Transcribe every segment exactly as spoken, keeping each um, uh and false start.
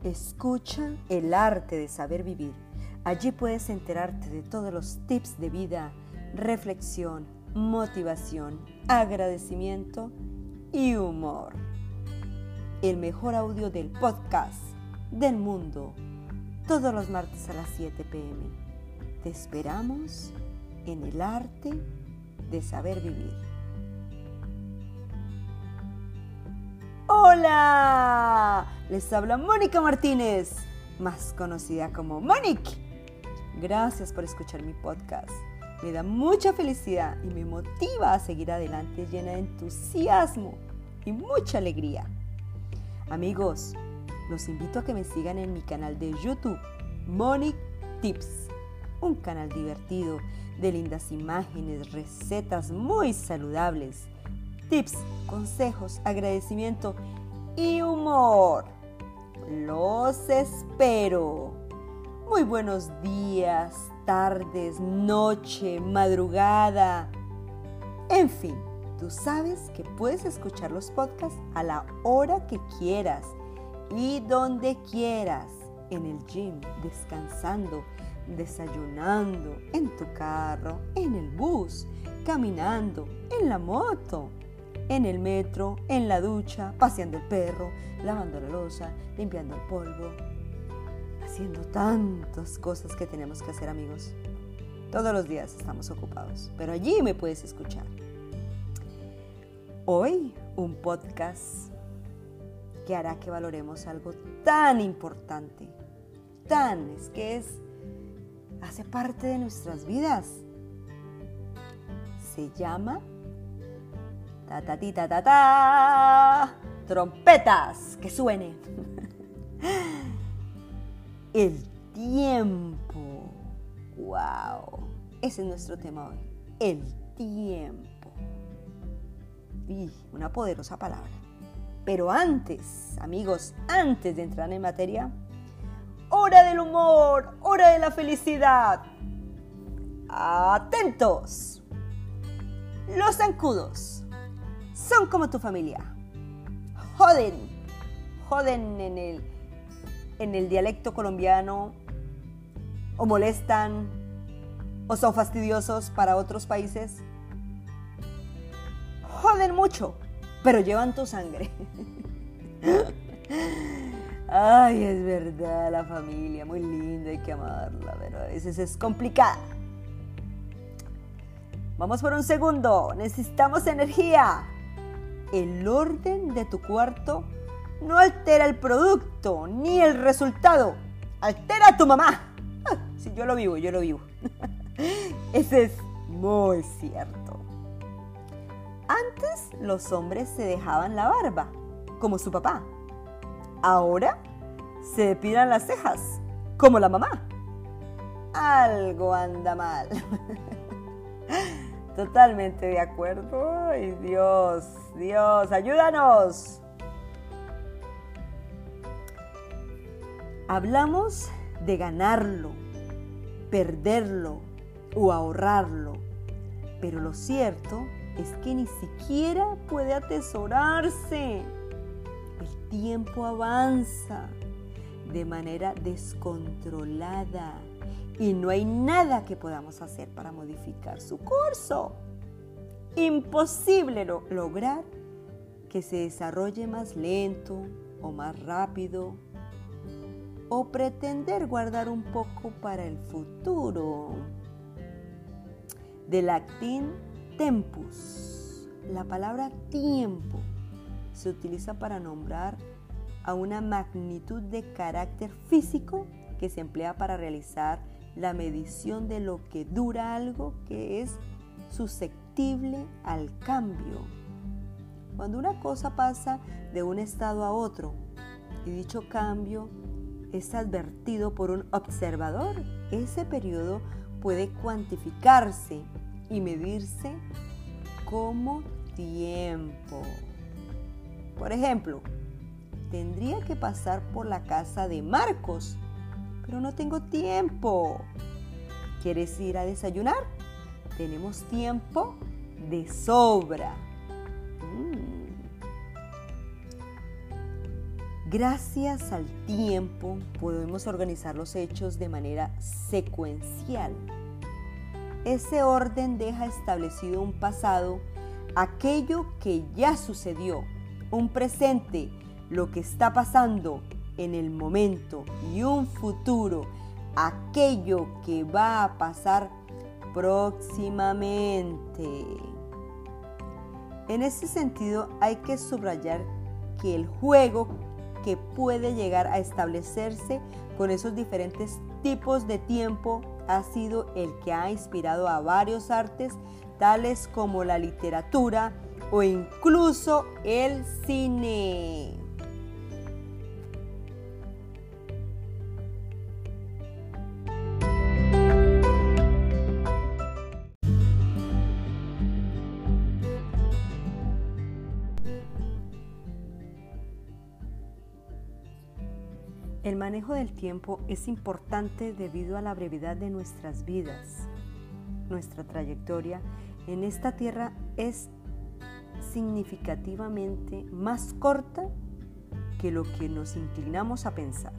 Escucha El Arte de Saber Vivir. Allí puedes enterarte de todos los tips de vida, reflexión, motivación, agradecimiento y humor. El mejor audio del podcast del mundo, todos los martes a las siete pe eme. Te esperamos en El Arte de Saber Vivir. ¡Hola! Les habla Mónica Martínez, más conocida como Monique. Gracias por escuchar mi podcast. Me da mucha felicidad y me motiva a seguir adelante llena de entusiasmo y mucha alegría. Amigos, los invito a que me sigan en mi canal de YouTube, Monique Tips, un canal divertido de lindas imágenes, recetas muy saludables, tips, consejos, agradecimiento y humor. Los espero. Muy buenos días, tardes, noche, madrugada. En fin, tú sabes que puedes escuchar los podcasts a la hora que quieras y donde quieras. En el gym, descansando, desayunando, en tu carro, en el bus, caminando, en la moto, en el metro, en la ducha, paseando el perro, lavando la loza, limpiando el polvo, haciendo tantas cosas que tenemos que hacer, amigos. Todos los días estamos ocupados, pero allí me puedes escuchar. Hoy, un podcast que hará que valoremos algo tan importante, tan, es que es, hace parte de nuestras vidas. Se llama ta ta ti ta ta ta, trompetas, que suene. El tiempo. Wow. Ese es nuestro tema hoy. El tiempo. Y una poderosa palabra. Pero antes, amigos, antes de entrar en materia, hora del humor, hora de la felicidad. Atentos. Los zancudos son como tu familia. Joden, joden en el, en el dialecto colombiano, o molestan, o son fastidiosos para otros países. Joden mucho, pero llevan tu sangre. Ay, es verdad, la familia, muy linda, hay que amarla, pero a veces es complicada. Vamos por un segundo, necesitamos energía. El orden de tu cuarto no altera el producto ni el resultado, altera a tu mamá. Ah, sí, yo lo vivo, yo lo vivo. Ese es muy cierto. Antes los hombres se dejaban la barba, como su papá. Ahora se depilan las cejas, como la mamá. Algo anda mal. Totalmente de acuerdo. Ay, Dios, Dios, ayúdanos. Hablamos de ganarlo, perderlo o ahorrarlo, pero lo cierto es que ni siquiera puede atesorarse. El tiempo avanza de manera descontrolada y no hay nada que podamos hacer para modificar su curso. Imposible lo- lograr que se desarrolle más lento o más rápido, o pretender guardar un poco para el futuro. Del latín tempus, la palabra tiempo se utiliza para nombrar a una magnitud de carácter físico que se emplea para realizar la medición de lo que dura algo que es susceptible al cambio. Cuando una cosa pasa de un estado a otro y dicho cambio es advertido por un observador, ese periodo puede cuantificarse y medirse como tiempo. Por ejemplo, tendría que pasar por la casa de Marcos, pero no tengo tiempo. ¿Quieres ir a desayunar? Tenemos tiempo de sobra. Mm. Gracias al tiempo podemos organizar los hechos de manera secuencial. Ese orden deja establecido un pasado, aquello que ya sucedió, un presente, lo que está pasando en el momento, y un futuro, aquello que va a pasar próximamente. En ese sentido, hay que subrayar que el juego que puede llegar a establecerse con esos diferentes tipos de tiempo ha sido el que ha inspirado a varios artes, tales como la literatura o incluso el cine. El manejo del tiempo es importante debido a la brevedad de nuestras vidas. Nuestra trayectoria en esta tierra es significativamente más corta que lo que nos inclinamos a pensar.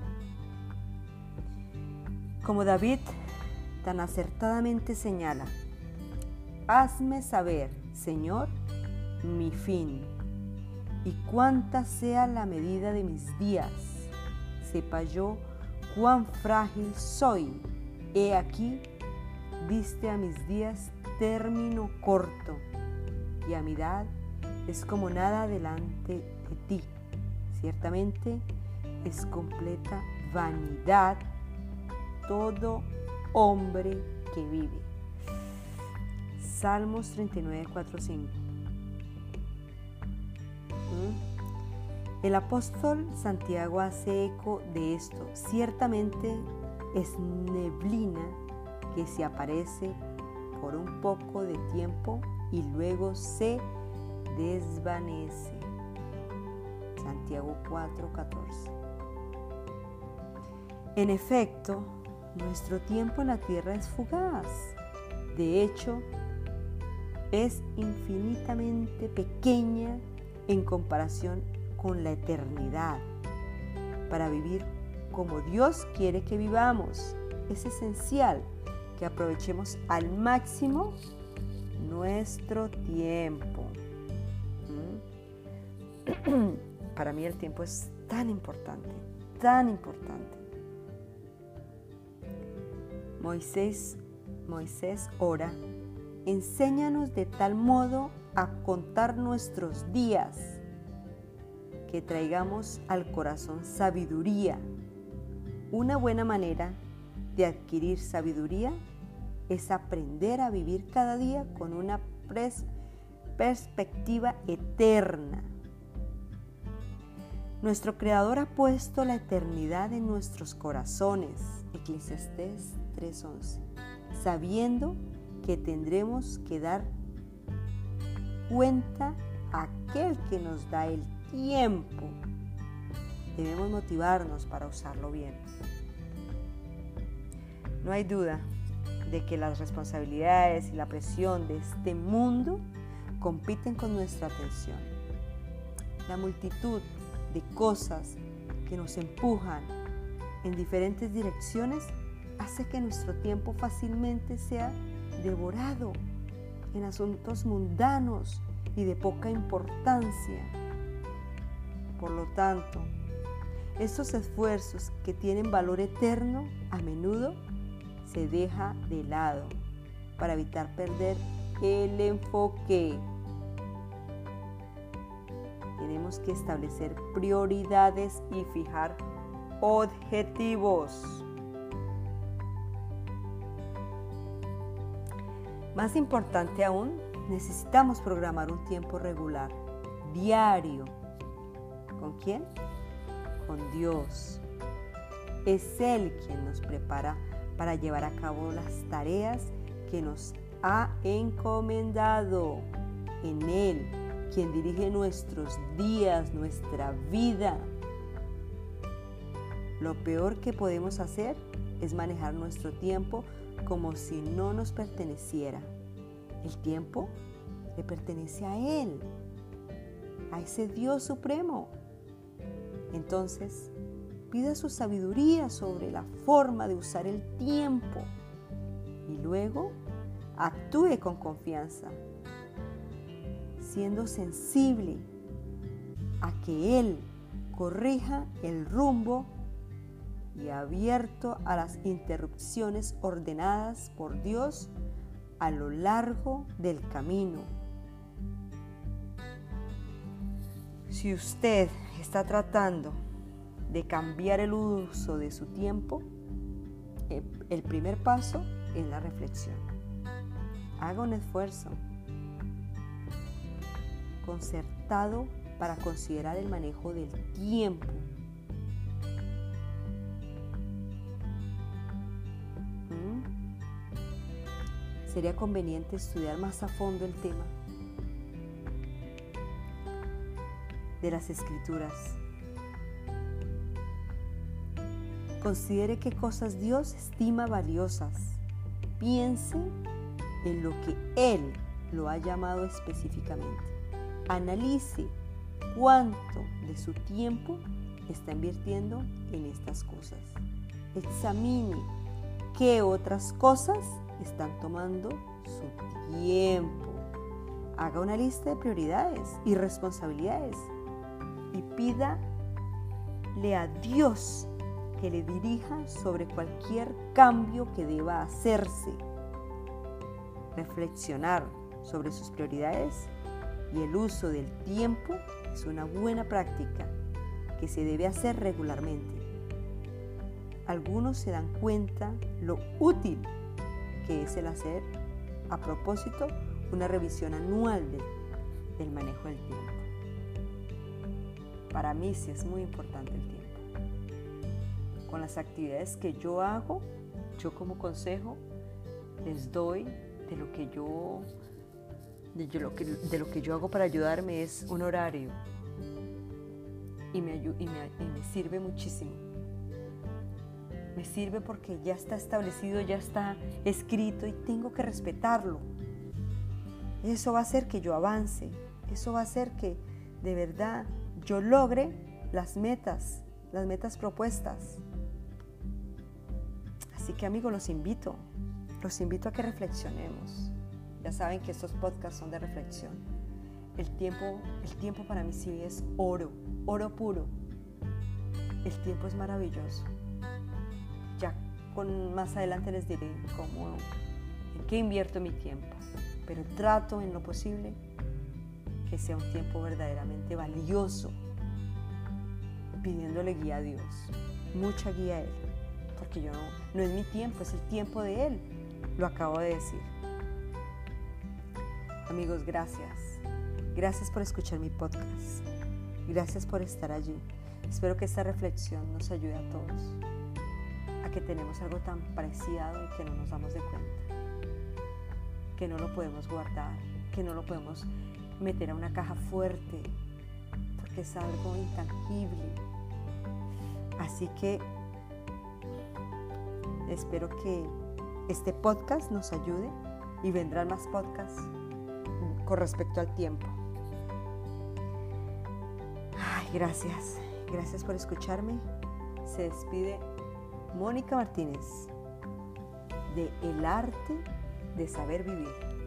Como David tan acertadamente señala, hazme saber, Señor, mi fin, y cuánta sea la medida de mis días. Sepa yo cuán frágil soy. He aquí, diste a mis días término corto, y a mi edad es como nada delante de ti. Ciertamente es completa vanidad todo hombre que vive. Salmos treinta y nueve, cuatro, cinco. ¿Mm? El apóstol Santiago hace eco de esto. Ciertamente es neblina que se aparece por un poco de tiempo y luego se desvanece. Santiago cuatro, catorce. En efecto, nuestro tiempo en la tierra es fugaz. De hecho, es infinitamente pequeña en comparación con la eternidad. Para vivir como Dios quiere que vivamos, es esencial que aprovechemos al máximo nuestro tiempo. ¿Mm? Para mí el tiempo es tan importante, tan importante. Moisés, Moisés ora, enséñanos de tal modo a contar nuestros días, que traigamos al corazón sabiduría. Una buena manera de adquirir sabiduría es aprender a vivir cada día con una pres- perspectiva eterna. Nuestro Creador ha puesto la eternidad en nuestros corazones, Eclesiastés tres once, sabiendo que tendremos que dar cuenta a aquel que nos da el tiempo. Debemos motivarnos para usarlo bien. No hay duda de que las responsabilidades y la presión de este mundo compiten con nuestra atención. La multitud de cosas que nos empujan en diferentes direcciones hace que nuestro tiempo fácilmente sea devorado en asuntos mundanos y de poca importancia. Por lo tanto, estos esfuerzos que tienen valor eterno a menudo se deja de lado para evitar perder el enfoque. Tenemos que establecer prioridades y fijar objetivos. Más importante aún, necesitamos programar un tiempo regular, diario. ¿Con quién? Con Dios. Es Él quien nos prepara para llevar a cabo las tareas que nos ha encomendado. En Él, quien dirige nuestros días, nuestra vida. Lo peor que podemos hacer es manejar nuestro tiempo como si no nos perteneciera. El tiempo le pertenece a Él, a ese Dios supremo. Entonces, pida su sabiduría sobre la forma de usar el tiempo y luego actúe con confianza, siendo sensible a que Él corrija el rumbo y abierto a las interrupciones ordenadas por Dios a lo largo del camino. Si usted está tratando de cambiar el uso de su tiempo, el primer paso es la reflexión. Haga un esfuerzo concertado para considerar el manejo del tiempo. ¿Mm? Sería conveniente estudiar más a fondo el tema de las Escrituras. Considere qué cosas Dios estima valiosas. Piense en lo que Él lo ha llamado específicamente. Analice cuánto de su tiempo está invirtiendo en estas cosas. Examine qué otras cosas están tomando su tiempo. Haga una lista de prioridades y responsabilidades y pídale a Dios que le dirija sobre cualquier cambio que deba hacerse. Reflexionar sobre sus prioridades y el uso del tiempo es una buena práctica que se debe hacer regularmente. Algunos se dan cuenta lo útil que es el hacer a propósito una revisión anual del, del manejo del tiempo. Para mí sí es muy importante el tiempo. Con las actividades que yo hago, yo como consejo les doy de lo que yo de, yo, lo, que, de lo que yo hago para ayudarme es un horario y me, y me, y me sirve muchísimo. Me sirve porque ya está establecido, ya está escrito y tengo que respetarlo. Eso va a hacer que yo avance, eso va a hacer que de verdad yo logre las metas, las metas propuestas. Así que amigos, los invito, los invito a que reflexionemos. Ya saben que estos podcasts son de reflexión. El tiempo, el tiempo para mí sí es oro, oro puro. El tiempo es maravilloso. Ya con, más adelante les diré cómo, en qué invierto mi tiempo. Pero trato en lo posible que sea un tiempo verdaderamente valioso, pidiéndole guía a Dios, mucha guía a Él, porque yo no, no es mi tiempo, es el tiempo de Él, lo acabo de decir. Amigos, gracias, gracias por escuchar mi podcast, gracias por estar allí. Espero que esta reflexión nos ayude a todos, a que tenemos algo tan preciado y que no nos damos de cuenta, que no lo podemos guardar, que no lo podemos meter a una caja fuerte, porque es algo intangible. Así que espero que este podcast nos ayude y vendrán más podcasts con respecto al tiempo. Ay, gracias, gracias por escucharme. Se despide Mónica Martínez de El Arte de Saber Vivir.